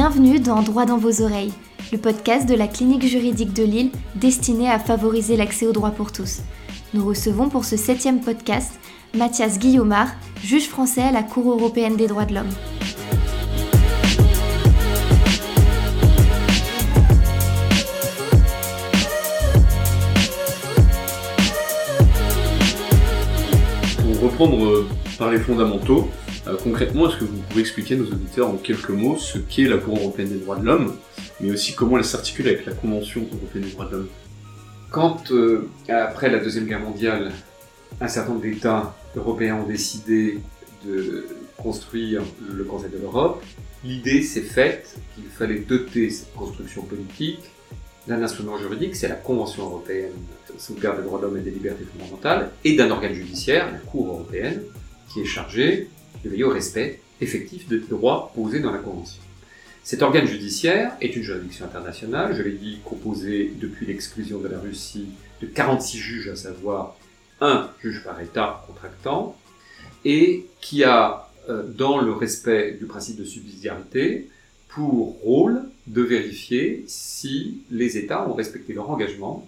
Bienvenue dans Droit dans vos oreilles, le podcast de la clinique juridique de Lille destiné à favoriser l'accès au droit pour tous. Nous recevons pour ce 7e podcast Mathias Guillaumard, juge français à la Cour européenne des droits de l'homme. Pour reprendre par les fondamentaux, concrètement, est-ce que vous pouvez expliquer à nos auditeurs en quelques mots ce qu'est la Cour européenne des droits de l'homme, mais aussi comment elle s'articule avec la Convention européenne des droits de l'homme ? Quand, après la Deuxième Guerre mondiale, un certain nombre d'États européens ont décidé de construire le Conseil de l'Europe, l'idée s'est faite qu'il fallait doter cette construction politique d'un instrument juridique, c'est la Convention européenne de sauvegarde des droits de l'homme et des libertés fondamentales, et d'un organe judiciaire, la Cour européenne, qui est chargée de veiller au respect effectif des droits posés dans la Convention. Cet organe judiciaire est une juridiction internationale, je l'ai dit, composée depuis l'exclusion de la Russie de 46 juges, à savoir un juge par État contractant, et qui a, dans le respect du principe de subsidiarité, pour rôle de vérifier si les États ont respecté leur engagement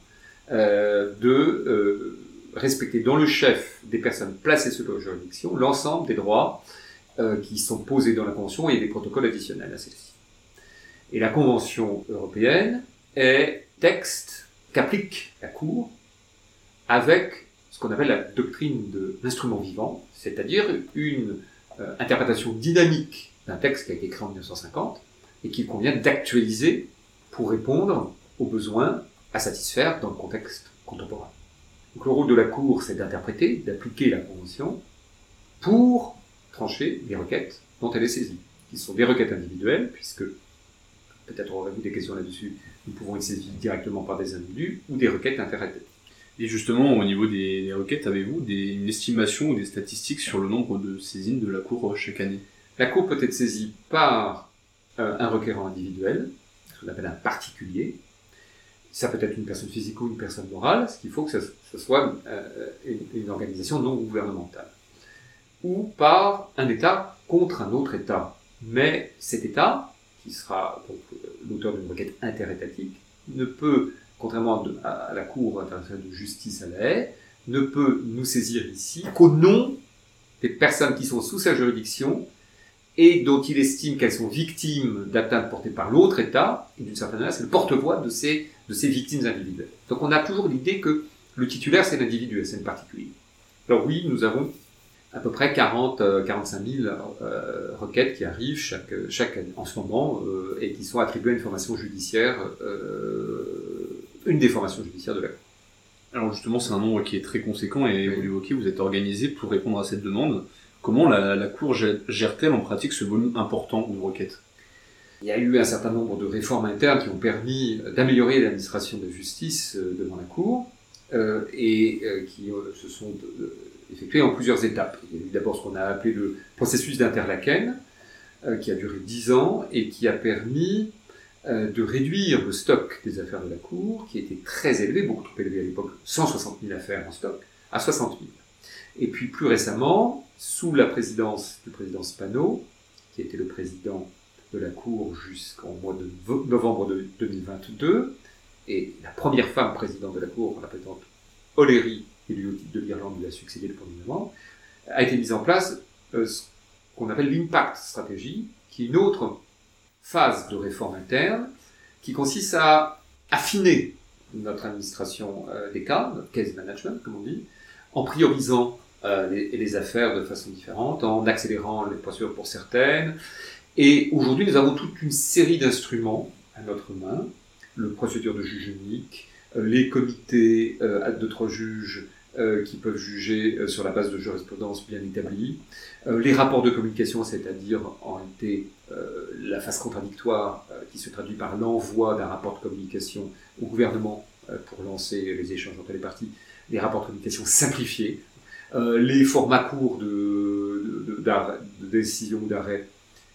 de respecter dans le chef des personnes placées sous leur juridiction l'ensemble des droits qui sont posés dans la Convention et des protocoles additionnels à celle-ci. Et la Convention européenne est texte qu'applique la Cour avec ce qu'on appelle la doctrine de l'instrument vivant, c'est-à-dire une interprétation dynamique d'un texte qui a été créé en 1950 et qu'il convient d'actualiser pour répondre aux besoins à satisfaire dans le contexte contemporain. Donc le rôle de la Cour, c'est d'interpréter, d'appliquer la Convention pour trancher les requêtes dont elle est saisie, qui sont des requêtes individuelles, puisque, peut-être aurez-vous des questions là-dessus, nous pouvons être saisis directement par des individus, ou des requêtes interétats. Et justement, au niveau des requêtes, avez-vous une estimation ou des statistiques sur le nombre de saisines de la Cour chaque année ? La Cour peut être saisie par un requérant individuel, ce qu'on appelle un particulier. Ça peut être une personne physique ou une personne morale, ce qu'il faut que ce soit une organisation non gouvernementale. Ou par un État contre un autre État. Mais cet État, qui sera donc l'auteur d'une requête interétatique, ne peut, contrairement à la Cour internationale de justice à La Haye, ne peut nous saisir ici qu'au nom des personnes qui sont sous sa juridiction et dont il estime qu'elles sont victimes d'atteintes portées par l'autre État, et d'une certaine manière, c'est le porte-voix de ces victimes individuelles. Donc on a toujours l'idée que le titulaire, c'est l'individu, c'est le particulier. Alors oui, nous avons à peu près 45 000 requêtes qui arrivent chaque année, en ce moment, et qui sont attribuées à une formation judiciaire, une des formations judiciaires de la Cour. Alors justement, c'est un nombre qui est très conséquent, et vous l'évoquez, vous êtes organisé pour répondre à cette demande. Comment la Cour gère-t-elle en pratique ce volume important de requêtes ? Il y a eu un certain nombre de réformes internes qui ont permis d'améliorer l'administration de justice devant la Cour et qui se sont effectuées en plusieurs étapes. Il y a eu d'abord ce qu'on a appelé le processus d'Interlaken qui a duré 10 ans et qui a permis de réduire le stock des affaires de la Cour qui était très élevé, beaucoup trop élevé à l'époque, 160 000 affaires en stock, à 60 000. Et puis plus récemment, sous la présidence du président Spano, qui était le président de la Cour jusqu'en mois de novembre 2022, et la première femme présidente de la Cour, la présidente O'Leary, élue au titre de l'Irlande, lui a succédé le 1er novembre, a été mise en place ce qu'on appelle l'impact stratégie, qui est une autre phase de réforme interne, qui consiste à affiner notre administration des cas, notre case management, comme on dit, en priorisant les affaires de façon différente, en accélérant les procédures pour certaines. Et aujourd'hui, nous avons toute une série d'instruments à notre main, le procédure de juge unique, les comités de 3 juges qui peuvent juger sur la base de jurisprudence bien établie, les rapports de communication, c'est-à-dire en réalité la phase contradictoire qui se traduit par l'envoi d'un rapport de communication au gouvernement pour lancer les échanges entre les parties, les rapports de communication simplifiés, les formats courts de décision ou d'arrêt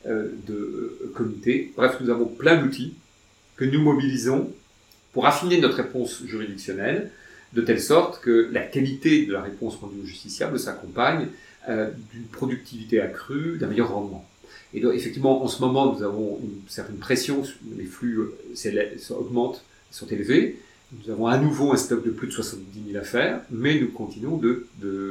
de comité. Bref, nous avons plein d'outils que nous mobilisons pour affiner notre réponse juridictionnelle, de telle sorte que la qualité de la réponse rendue au justiciable s'accompagne d'une productivité accrue, d'un meilleur rendement. Et donc, effectivement, en ce moment, nous avons une certaine pression, les flux augmentent, sont élevés. Nous avons à nouveau un stock de plus de 70 000 affaires, mais nous continuons de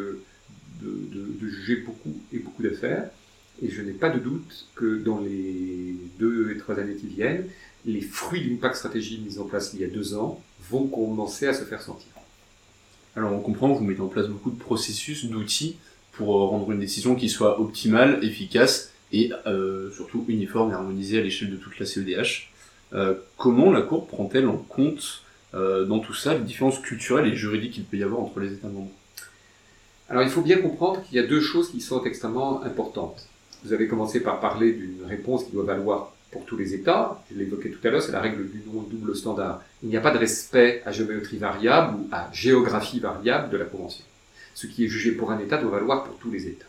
juger beaucoup d'affaires. Et je n'ai pas de doute que dans les 2 et 3 années qui viennent, les fruits d'une PAC stratégie mise en place il y a 2 ans vont commencer à se faire sentir. Alors on comprend que vous mettez en place beaucoup de processus, d'outils pour rendre une décision qui soit optimale, efficace et surtout uniforme et harmonisée à l'échelle de toute la CEDH. Comment la Cour prend-elle en compte dans tout ça les différences culturelles et juridiques qu'il peut y avoir entre les États membres? Alors il faut bien comprendre qu'il y a 2 choses qui sont extrêmement importantes. Vous avez commencé par parler d'une réponse qui doit valoir pour tous les États. Je l'évoquais tout à l'heure, c'est la règle du non-double standard. Il n'y a pas de respect à géométrie variable ou à géographie variable de la Convention. Ce qui est jugé pour un État doit valoir pour tous les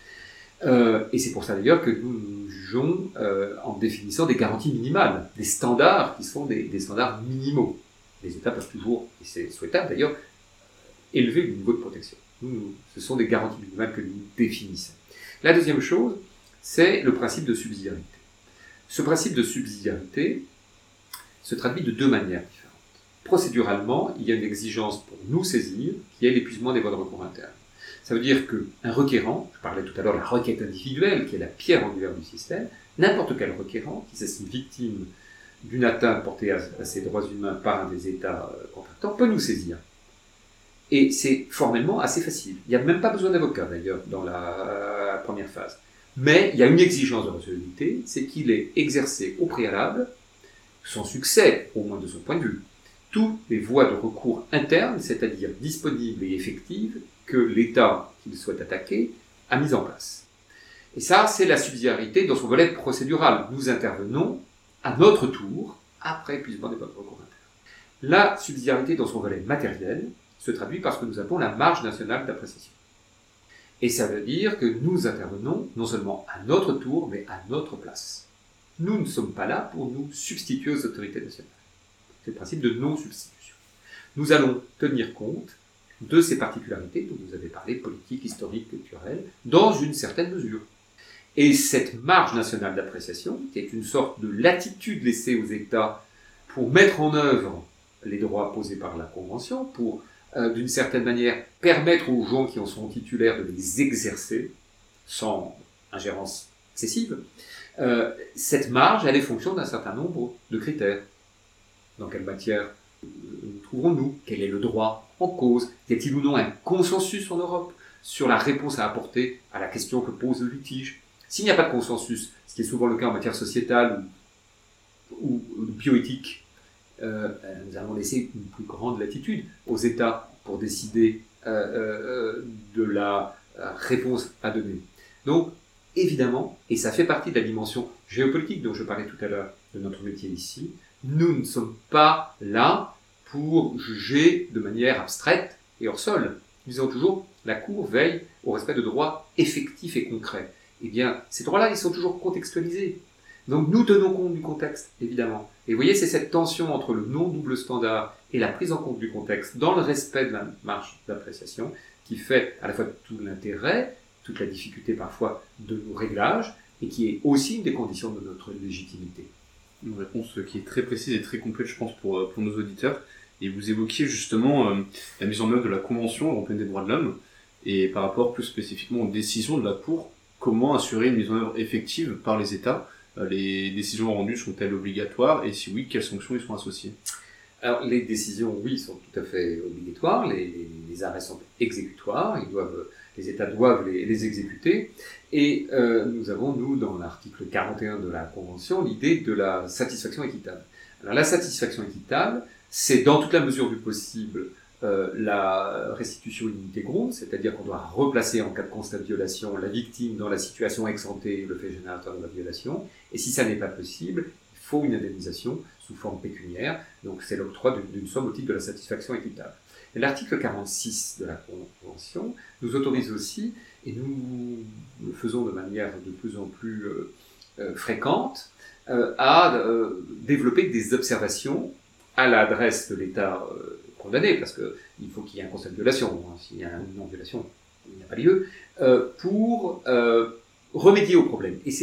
États. Et c'est pour ça d'ailleurs que nous jugeons en définissant des garanties minimales, des standards qui sont des standards minimaux. Les États peuvent toujours, et c'est souhaitable d'ailleurs, élever le niveau de protection. Ce sont des garanties minimales que nous définissons. La deuxième chose, c'est le principe de subsidiarité. Ce principe de subsidiarité se traduit de 2 manières différentes. Procéduralement, il y a une exigence pour nous saisir, qui est l'épuisement des voies de recours internes. Ça veut dire qu'un requérant, je parlais tout à l'heure de la requête individuelle, qui est la pierre angulaire du système, n'importe quel requérant qui s'estime victime d'une atteinte portée à ses droits humains par un des États contractants peut nous saisir. Et c'est formellement assez facile. Il n'y a même pas besoin d'avocat, d'ailleurs, dans la première phase. Mais il y a une exigence de recevabilité, c'est qu'il ait exercé au préalable, sans succès, au moins de son point de vue, toutes les voies de recours internes, c'est-à-dire disponibles et effectives, que l'État qu'il souhaite attaquer a mis en place. Et ça, c'est la subsidiarité dans son volet procédural. Nous intervenons à notre tour, après épuisement des voies de recours internes. La subsidiarité dans son volet matériel se traduit par ce que nous appelons la marge nationale d'appréciation. Et ça veut dire que nous intervenons non seulement à notre tour, mais à notre place. Nous ne sommes pas là pour nous substituer aux autorités nationales. C'est le principe de non-substitution. Nous allons tenir compte de ces particularités dont vous avez parlé, politiques, historiques, culturelles, dans une certaine mesure. Et cette marge nationale d'appréciation, qui est une sorte de latitude laissée aux États pour mettre en œuvre les droits posés par la Convention, pour d'une certaine manière, permettre aux gens qui en sont titulaires de les exercer sans ingérence excessive, cette marge, elle est fonction d'un certain nombre de critères. Dans quelle matière nous trouvons-nous? Quel est le droit en cause? Y a-t-il ou non un consensus en Europe sur la réponse à apporter à la question que pose le litige? S'il n'y a pas de consensus, ce qui est souvent le cas en matière sociétale ou bioéthique, nous allons laisser une plus grande latitude aux États pour décider de la réponse à donner. Donc, évidemment, et ça fait partie de la dimension géopolitique dont je parlais tout à l'heure de notre métier ici, nous ne sommes pas là pour juger de manière abstraite et hors sol. Nous disons toujours, la Cour veille au respect de droits effectifs et concrets. Eh bien, ces droits-là, ils sont toujours contextualisés. Donc nous tenons compte du contexte, évidemment. Et vous voyez, c'est cette tension entre le non-double standard et la prise en compte du contexte dans le respect de la marge d'appréciation qui fait à la fois tout l'intérêt, toute la difficulté parfois de nos réglages et qui est aussi une des conditions de notre légitimité. Une réponse qui est très précise et très complète, je pense, pour nos auditeurs. Et vous évoquiez justement la mise en œuvre de la Convention européenne des droits de l'homme et par rapport plus spécifiquement aux décisions de la Cour, comment assurer une mise en œuvre effective par les États? Les décisions rendues sont-elles obligatoires? Et si oui, quelles sanctions y sont associées? Alors, les décisions, oui, sont tout à fait obligatoires. Les arrêts sont exécutoires. Les États doivent les exécuter. Et nous avons, nous, dans l'article 41 de la Convention, l'idée de la satisfaction équitable. Alors, la satisfaction équitable, c'est dans toute la mesure du possible la restitution in integrum, c'est-à-dire qu'on doit replacer en cas de constat de violation la victime dans la situation ex ante, le fait générateur de la violation, et si ça n'est pas possible, il faut une indemnisation sous forme pécuniaire, donc c'est l'octroi d'une somme au titre de la satisfaction équitable. Et l'article 46 de la Convention nous autorise aussi, et nous le faisons de manière de plus en plus fréquente, à développer des observations à l'adresse de l'État condamné, parce qu'il faut qu'il y ait un constat de violation. S'il y a une non-violation, il n'y a pas lieu, pour remédier au problème. Et c'est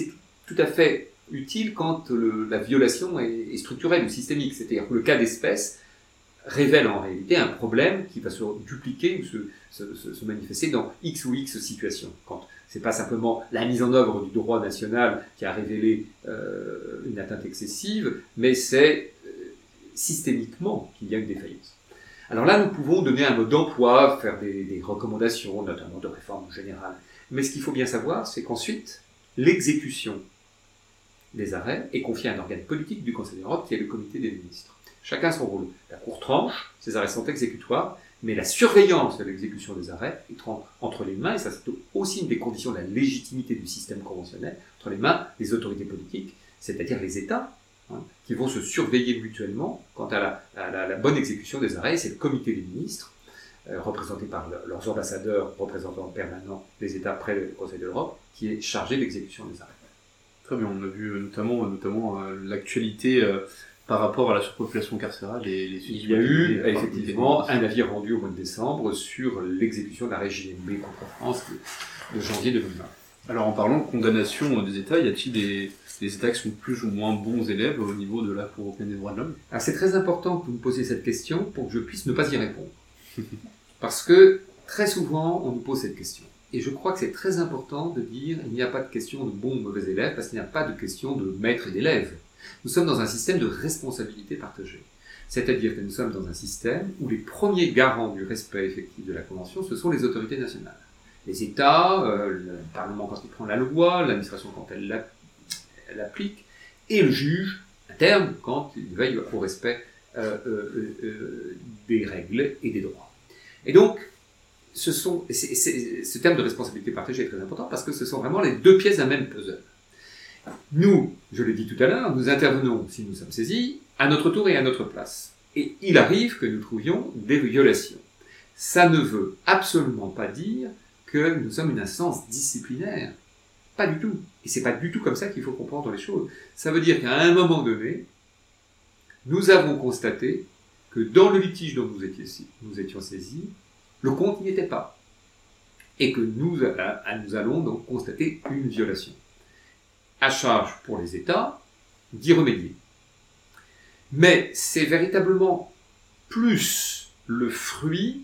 tout à fait utile quand la violation est structurelle ou systémique. C'est-à-dire que le cas d'espèce révèle en réalité un problème qui va se dupliquer ou se manifester dans X ou X situations. Quand c'est pas simplement la mise en œuvre du droit national qui a révélé une atteinte excessive, mais c'est systémiquement qu'il y a une défaillance. Alors là, nous pouvons donner un mode d'emploi, faire des recommandations, notamment de réforme générale. Mais ce qu'il faut bien savoir, c'est qu'ensuite, l'exécution des arrêts est confiée à un organe politique du Conseil de l'Europe qui est le comité des ministres. Chacun son rôle. La Cour tranche, ces arrêts sont exécutoires, mais la surveillance de l'exécution des arrêts est entre les mains, et ça c'est aussi une des conditions de la légitimité du système conventionnel, entre les mains des autorités politiques, c'est-à-dire les États, qui vont se surveiller mutuellement quant à la bonne exécution des arrêts. C'est le comité des ministres, représenté par leurs ambassadeurs, représentants permanents des États près du Conseil de l'Europe, qui est chargé de l'exécution des arrêts. Très bien, on a vu notamment l'actualité par rapport à la surpopulation carcérale et les Il y a eu effectivement un avis rendu au mois de décembre sur l'exécution de la JNB contre la France de janvier 2020. Alors en parlant de condamnation des États, y a-t-il des États qui sont plus ou moins bons élèves au niveau de la Cour européenne des droits de l'homme? Alors c'est très important que vous me posiez cette question pour que je puisse ne pas y répondre. Parce que très souvent on nous pose cette question. Et je crois que c'est très important de dire qu'il n'y a pas de question de bons ou mauvais élèves, parce qu'il n'y a pas de question de maître et d'élève. Nous sommes dans un système de responsabilité partagée. C'est-à-dire que nous sommes dans un système où les premiers garants du respect effectif de la Convention, ce sont les autorités nationales. Les États, le Parlement quand il prend la loi, l'administration quand elle l'applique, et le juge interne quand il veille au respect des règles et des droits. Et donc, ce terme de responsabilité partagée est très important parce que ce sont vraiment les deux pièces d'un même puzzle. Nous, je l'ai dit tout à l'heure, nous intervenons, si nous sommes saisis, à notre tour et à notre place. Et il arrive que nous trouvions des violations. Ça ne veut absolument pas dire que nous sommes une instance disciplinaire. Pas du tout. Et c'est pas du tout comme ça qu'il faut comprendre les choses. Ça veut dire qu'à un moment donné, nous avons constaté que dans le litige dont nous étions saisis, le compte n'y était pas. Et que nous allons donc constater une violation. À charge pour les États d'y remédier. Mais c'est véritablement plus le fruit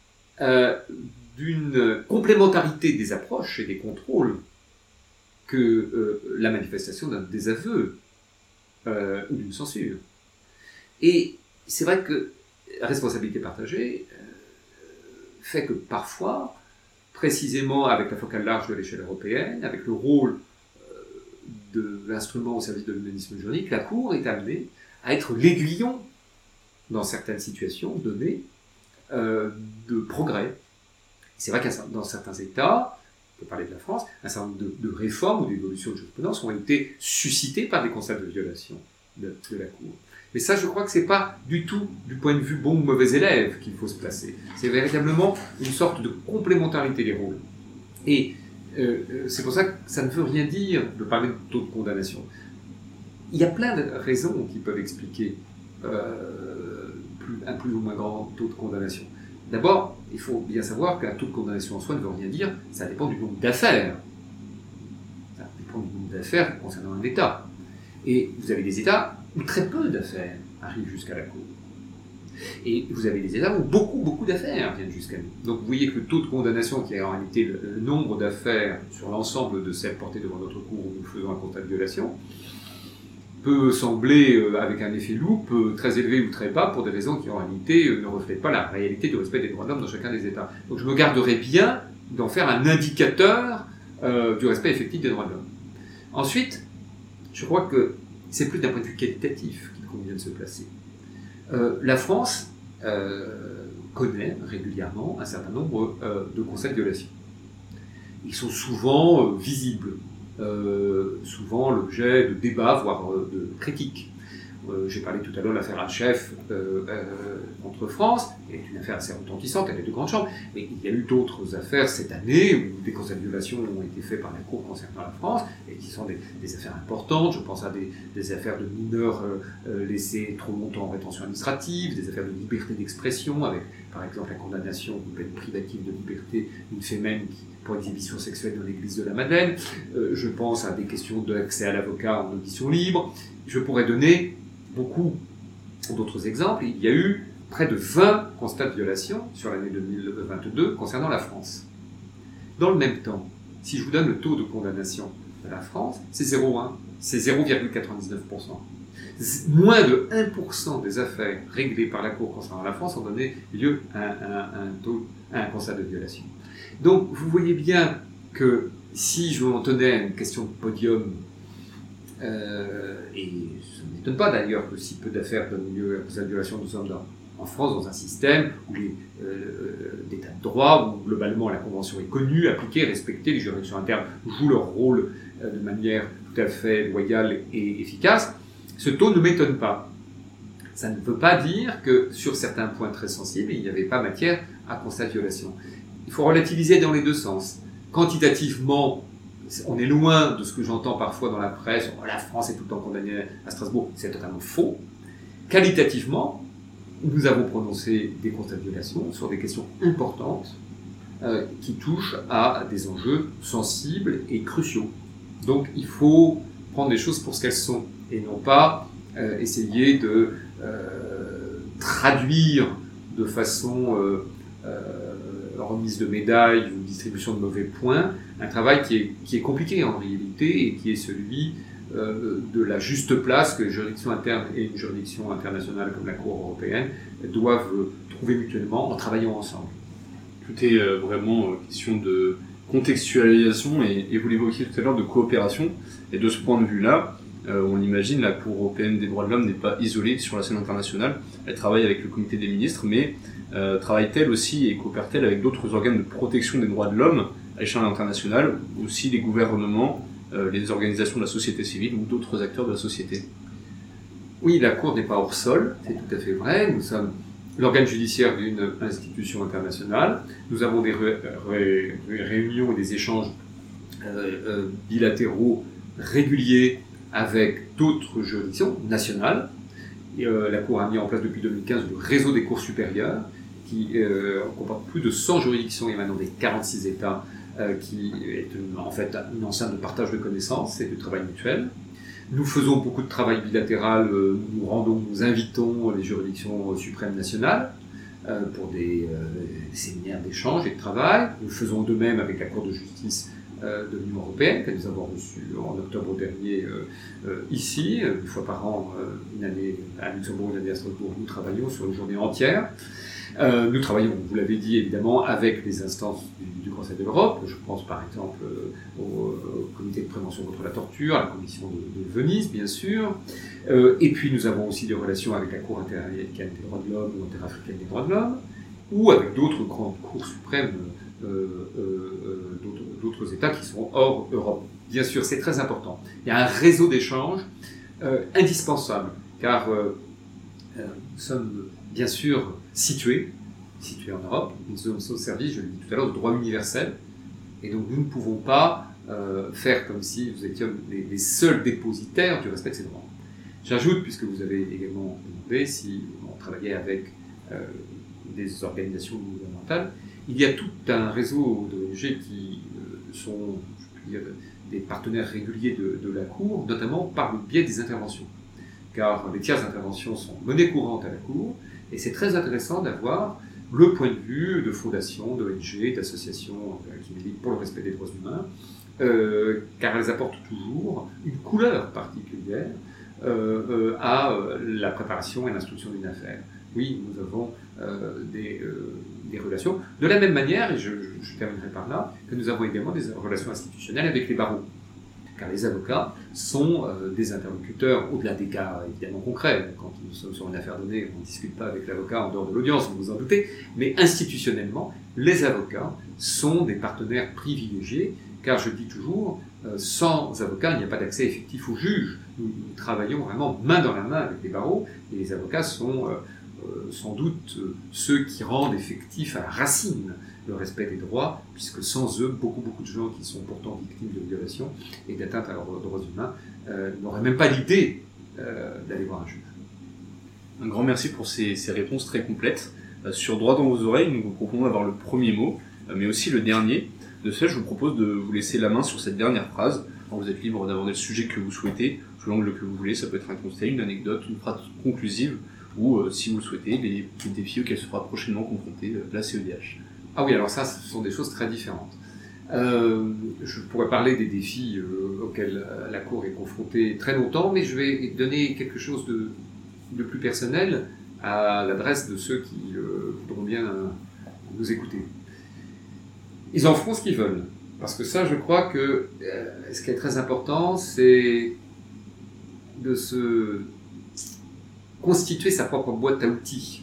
d'une complémentarité des approches et des contrôles que la manifestation d'un désaveu ou d'une censure. Et c'est vrai que la responsabilité partagée fait que parfois, précisément avec la focale large de l'échelle européenne, avec le rôle de l'instrument au service de l'humanisme juridique, la Cour est amenée à être l'aiguillon, dans certaines situations données, de progrès. C'est vrai que dans certains États, on peut parler de la France, un certain nombre de réformes ou d'évolutions de jurisprudence ont été suscitées par des constats de violation de la Cour. Mais ça, je crois que c'est pas du tout du point de vue bon ou mauvais élève qu'il faut se placer. C'est véritablement une sorte de complémentarité des rôles. Et c'est pour ça que ça ne veut rien dire de parler de taux de condamnation. Il y a plein de raisons qui peuvent expliquer un plus ou moins grand taux de condamnation. D'abord, il faut bien savoir qu'un taux de condamnation en soi ne veut rien dire, ça dépend du nombre d'affaires. Ça dépend du nombre d'affaires concernant un État. Et vous avez des États où très peu d'affaires arrivent jusqu'à la Cour. Et vous avez des États où beaucoup d'affaires viennent jusqu'à nous. Donc vous voyez que le taux de condamnation, qui est en réalité le nombre d'affaires sur l'ensemble de celles portées devant notre Cour où nous faisons un constat de violation, peut sembler, avec un effet loupe, très élevé ou très bas pour des raisons qui en réalité ne reflètent pas la réalité du respect des droits de l'homme dans chacun des États. Donc je me garderai bien d'en faire un indicateur du respect effectif des droits de l'homme. Ensuite, je crois que c'est plus d'un point de vue qualitatif qu'il convient de se placer. La France connaît régulièrement un certain nombre de constats de violation. Ils sont souvent visibles, souvent l'objet de débats, voire de critiques. J'ai parlé tout à l'heure de l'affaire Hachef contre France, elle est une affaire assez retentissante, elle est de grande chambre, mais il y a eu d'autres affaires cette année où des constats de violation ont été faits par la Cour concernant la France, et qui sont des affaires importantes. Je pense à des affaires de mineurs laissés trop longtemps en rétention administrative, des affaires de liberté d'expression, avec par exemple la condamnation d'une peine privative de liberté d'une fémène pour exhibition sexuelle dans l'église de la Madeleine. Je pense à des questions d'accès à l'avocat en audition libre. Je pourrais donner beaucoup d'autres exemples. Il y a eu près de 20 constats de violation sur l'année 2022 concernant la France. Dans le même temps, si je vous donne le taux de condamnation de la France, c'est 0,1, c'est 0,99%. Moins de 1% des affaires réglées par la Cour concernant la France ont donné lieu à un constat de violation. Donc, vous voyez bien que si je m'en tenais à une question de podium, et ça ne m'étonne pas d'ailleurs que si peu d'affaires donnent lieu à un constat de violation, nous sommes en France dans un système où d'état de droit, où globalement la Convention est connue, appliquée, respectée, les juridictions internes jouent leur rôle de manière tout à fait loyale et efficace. Ce taux ne m'étonne pas. Ça ne veut pas dire que sur certains points très sensibles, il n'y avait pas matière à constat de violation. Il faut relativiser dans les deux sens. Quantitativement, on est loin de ce que j'entends parfois dans la presse, la France est tout le temps condamnée à Strasbourg, c'est totalement faux. Qualitativement, nous avons prononcé des constats de violation sur des questions importantes qui touchent à des enjeux sensibles et cruciaux. Donc il faut prendre les choses pour ce qu'elles sont et non pas essayer de traduire de façon remise de médailles ou distribution de mauvais points un travail qui est compliqué en réalité et qui est celui de la juste place que les juridictions internes et une juridiction internationale comme la Cour européenne doivent trouver mutuellement en travaillant ensemble. Tout est vraiment question de contextualisation et vous l'évoquiez tout à l'heure de coopération. Et de ce point de vue-là, on l'imagine, la Cour européenne des droits de l'homme n'est pas isolée sur la scène internationale. Elle travaille avec le comité des ministres, mais travaille-t-elle aussi et coopère-t-elle avec d'autres organes de protection des droits de l'homme à l'échelle internationale, aussi les gouvernements, les organisations de la société civile ou d'autres acteurs de la société? Oui, la Cour n'est pas hors sol, c'est tout à fait vrai. Nous sommes l'organe judiciaire d'une institution internationale. Nous avons des réunions et des échanges bilatéraux réguliers avec d'autres juridictions nationales. Et, la Cour a mis en place depuis 2015 le réseau des cours supérieures qui comporte plus de 100 juridictions émanant des 46 États qui est en fait une enceinte de partage de connaissances et de travail mutuel. Nous faisons beaucoup de travail bilatéral, nous invitons les juridictions suprêmes nationales pour des séminaires d'échange et de travail. Nous faisons de même avec la Cour de justice de l'Union européenne, que nous avons reçue en octobre dernier ici, une fois par an, une année à Luxembourg, une année à Strasbourg. Nous travaillons sur une journée entière. Nous travaillons, vous l'avez dit évidemment, avec les instances du Conseil de l'Europe. Je pense par exemple au comité de prévention contre la torture, à la commission de Venise, bien sûr. Et puis nous avons aussi des relations avec la Cour interaméricaine des droits de l'homme ou interafricaine des droits de l'homme, ou avec d'autres grandes cours suprêmes d'autres États qui sont hors Europe. Bien sûr, c'est très important. Il y a un réseau d'échanges indispensable, car nous sommes bien sûr situés en Europe, nous sommes au service, je l'ai dit tout à l'heure, de droit universel, et donc nous ne pouvons pas faire comme si nous étions les seuls dépositaires du respect de ces droits. J'ajoute, puisque vous avez également demandé si on travaillait avec des organisations gouvernementales, il y a tout un réseau d'ONG qui sont, je peux dire, des partenaires réguliers de la Cour, notamment par le biais des interventions. Car les tierces interventions sont monnaie courante à la Cour, et c'est très intéressant d'avoir le point de vue de fondations, d'ONG, d'associations qui militent pour le respect des droits humains, car elles apportent toujours une couleur particulière à la préparation et l'instruction d'une affaire. Oui, nous avons des relations. De la même manière, et je terminerai par là, que nous avons également des relations institutionnelles avec les barreaux. Car les avocats sont des interlocuteurs, au-delà des cas évidemment concrets. Quand nous sommes sur une affaire donnée, on ne discute pas avec l'avocat en dehors de l'audience, vous vous en doutez, mais institutionnellement, les avocats sont des partenaires privilégiés, car je dis toujours, sans avocats, il n'y a pas d'accès effectif au juge. Nous travaillons vraiment main dans la main avec les barreaux, et les avocats sont sans doute ceux qui rendent effectif à la racine le respect des droits, puisque sans eux, beaucoup de gens qui sont pourtant victimes de violations et d'atteintes à leurs droits humains n'auraient même pas l'idée d'aller voir un juge. Un grand merci pour ces réponses très complètes. Sur Droit dans vos oreilles, nous vous proposons d'avoir le premier mot, mais aussi le dernier. De ce fait, je vous propose de vous laisser la main sur cette dernière phrase. Alors, vous êtes libre d'aborder le sujet que vous souhaitez, sous l'angle que vous voulez. Ça peut être un conseil, une anecdote, une phrase conclusive, ou, si vous le souhaitez, les défis auxquels sera prochainement confrontée la CEDH. Ah oui, alors ça, ce sont des choses très différentes. Je pourrais parler des défis auxquels la Cour est confrontée très longtemps, mais je vais donner quelque chose de plus personnel à l'adresse de ceux qui voudront bien nous écouter. Ils en feront ce qu'ils veulent, parce que ça, je crois que ce qui est très important, c'est de se constituer sa propre boîte à outils.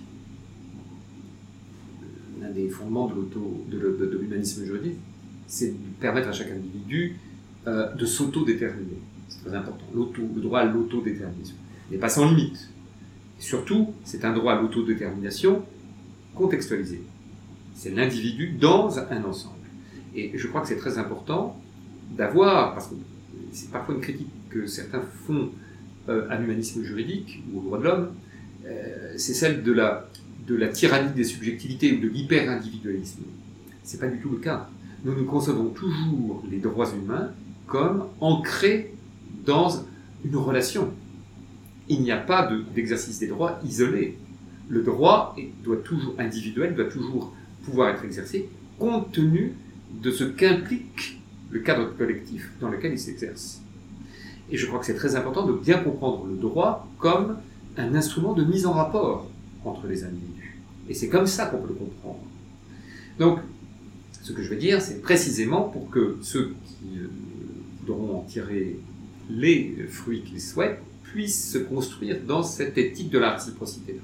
L'un des fondements de l'humanisme juridique, c'est de permettre à chaque individu de s'autodéterminer. C'est très important. Le droit à l'autodétermination n'est pas sans limite. Et surtout, c'est un droit à l'autodétermination contextualisé. C'est l'individu dans un ensemble. Et je crois que c'est très important d'avoir, parce que c'est parfois une critique que certains font à l'humanisme juridique ou au droit de l'homme, c'est celle de la tyrannie des subjectivités ou de l'hyper-individualisme. C'est pas du tout le cas. Nous concevons toujours les droits humains comme ancrés dans une relation. Il n'y a pas d'exercice des droits isolé. Le droit doit toujours individuel, doit toujours pouvoir être exercé compte tenu de ce qu'implique le cadre collectif dans lequel il s'exerce. Et je crois que c'est très important de bien comprendre le droit comme un instrument de mise en rapport entre les individus. Et c'est comme ça qu'on peut le comprendre. Donc, ce que je veux dire, c'est précisément pour que ceux qui voudront en tirer les fruits qu'ils souhaitent puissent se construire dans cette éthique de la réciprocité.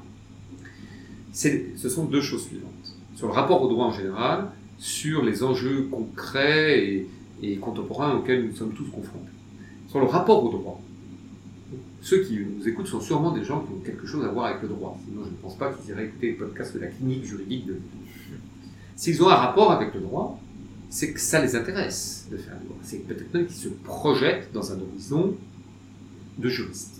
Ce sont deux choses suivantes. Sur le rapport au droit en général, sur les enjeux concrets et contemporains auxquels nous sommes tous confrontés. Sur le rapport au droit, ceux qui nous écoutent sont sûrement des gens qui ont quelque chose à voir avec le droit. Sinon, je ne pense pas qu'ils iraient écouter le podcast de la clinique juridique de l'île. S'ils ont un rapport avec le droit, c'est que ça les intéresse de faire le droit. C'est peut-être même qu'ils se projettent dans un horizon de juriste.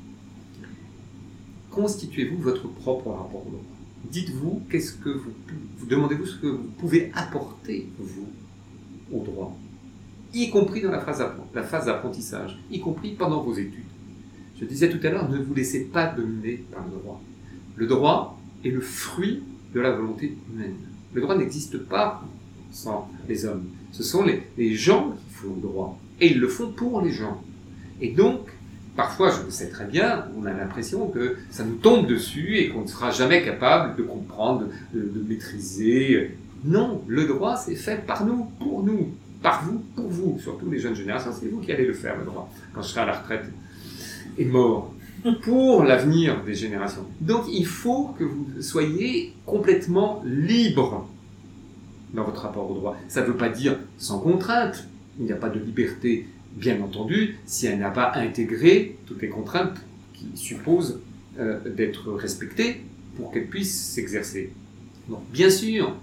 Constituez-vous votre propre rapport au droit. Dites-vous, vous demandez-vous ce que vous pouvez apporter, vous, au droit, y compris dans la phase d'apprentissage, y compris pendant vos études. Je disais tout à l'heure, ne vous laissez pas dominer par le droit. Le droit est le fruit de la volonté humaine. Le droit n'existe pas sans les hommes. Ce sont les gens qui font le droit. Et ils le font pour les gens. Et donc, parfois, je le sais très bien, on a l'impression que ça nous tombe dessus et qu'on ne sera jamais capable de comprendre, de maîtriser. Non, le droit, c'est fait par nous, par vous, pour vous. Surtout les jeunes générations, c'est vous qui allez le faire, le droit, quand je serai à la retraite et mort, pour l'avenir des générations. Donc, il faut que vous soyez complètement libre dans votre rapport au droit. Ça ne veut pas dire sans contrainte. Il n'y a pas de liberté, bien entendu, si elle n'a pas intégré toutes les contraintes qui supposent d'être respectées pour qu'elle puisse s'exercer. Donc, bien sûr,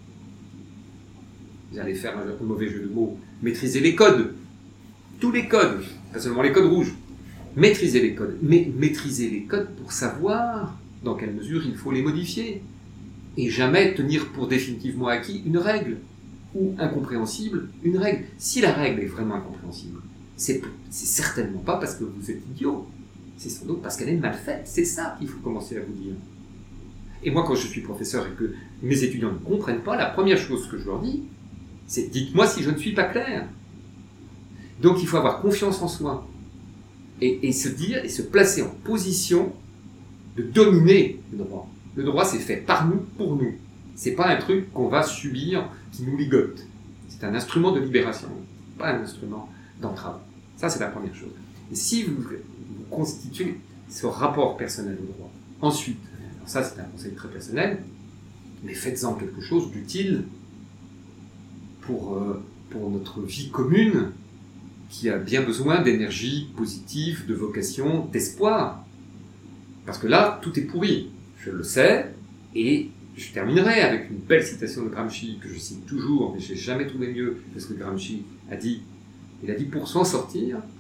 vous allez faire un mauvais jeu de mots, maîtriser les codes, tous les codes, pas seulement les codes rouges, maîtriser les codes, mais maîtriser les codes pour savoir dans quelle mesure il faut les modifier, et jamais tenir pour définitivement acquis une règle, ou incompréhensible, une règle. Si la règle est vraiment incompréhensible, c'est certainement pas parce que vous êtes idiot, c'est sans doute parce qu'elle est mal faite, c'est ça qu'il faut commencer à vous dire. Et moi, quand je suis professeur et que mes étudiants ne comprennent pas, la première chose que je leur dis, c'est « dites-moi si je ne suis pas clair ». Donc il faut avoir confiance en soi et se dire et se placer en position de dominer le droit. Le droit, c'est fait par nous, pour nous. C'est pas un truc qu'on va subir, qui nous ligote. C'est un instrument de libération, pas un instrument d'entrave. Ça, c'est la première chose. Et si vous constituez ce rapport personnel au droit, ensuite, alors ça, c'est un conseil très personnel, mais faites-en quelque chose d'utile pour notre vie commune, qui a bien besoin d'énergie positive, de vocation, d'espoir. Parce que là, tout est pourri. Je le sais, et je terminerai avec une belle citation de Gramsci, que je cite toujours, mais je n'ai jamais trouvé mieux, parce que Gramsci a dit, pour s'en sortir,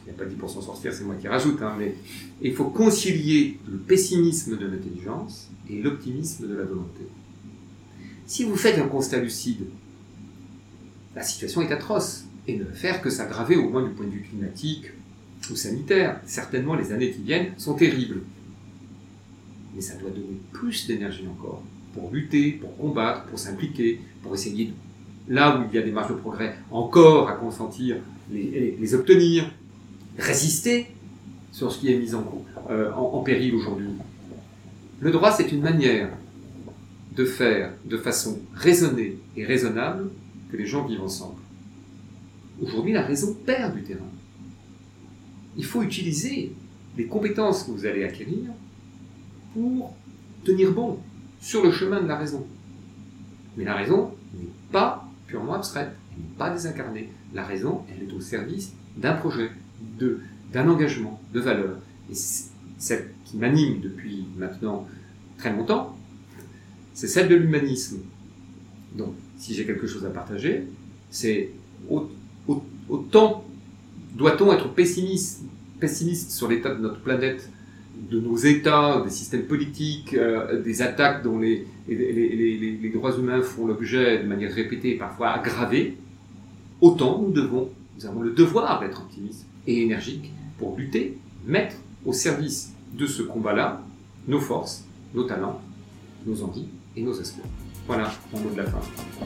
n'y a pas 10% sorcières, c'est moi qui rajoute, mais il faut concilier le pessimisme de l'intelligence et l'optimisme de la volonté. Si vous faites un constat lucide, la situation est atroce et ne va faire que s'aggraver, au moins du point de vue climatique ou sanitaire. Certainement, les années qui viennent sont terribles. Mais ça doit donner plus d'énergie encore pour lutter, pour combattre, pour s'impliquer, pour essayer, là où il y a des marges de progrès, encore à consentir, les obtenir, résister sur ce qui est mis en péril aujourd'hui. Le droit, c'est une manière de faire de façon raisonnée et raisonnable que les gens vivent ensemble. Aujourd'hui, la raison perd du terrain. Il faut utiliser les compétences que vous allez acquérir pour tenir bon sur le chemin de la raison. Mais la raison n'est pas purement abstraite, elle n'est pas désincarnée. La raison, elle est au service d'un projet, d'un engagement, de valeurs. Et celle qui m'anime depuis maintenant très longtemps, c'est celle de l'humanisme. Donc, si j'ai quelque chose à partager, c'est autant doit-on être pessimiste sur l'état de notre planète, de nos États, des systèmes politiques, des attaques dont les droits humains font l'objet de manière répétée et parfois aggravée, autant nous avons le devoir d'être optimistes et énergiques pour lutter, mettre au service de ce combat-là nos forces, nos talents, nos envies et nos espoirs. Voilà mon mot de la fin.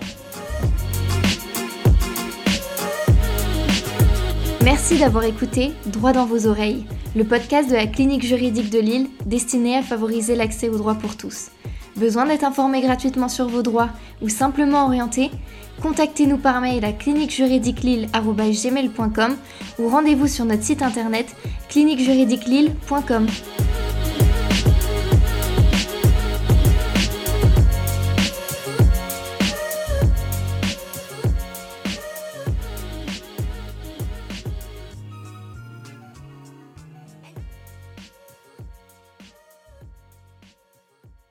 Merci d'avoir écouté Droit dans vos oreilles, le podcast de la Clinique juridique de Lille destiné à favoriser l'accès aux droits pour tous. Besoin d'être informé gratuitement sur vos droits ou simplement orienté ? Contactez-nous par mail à cliniquejuridiquelille@gmail.com ou rendez-vous sur notre site internet cliniquejuridiquelille.com.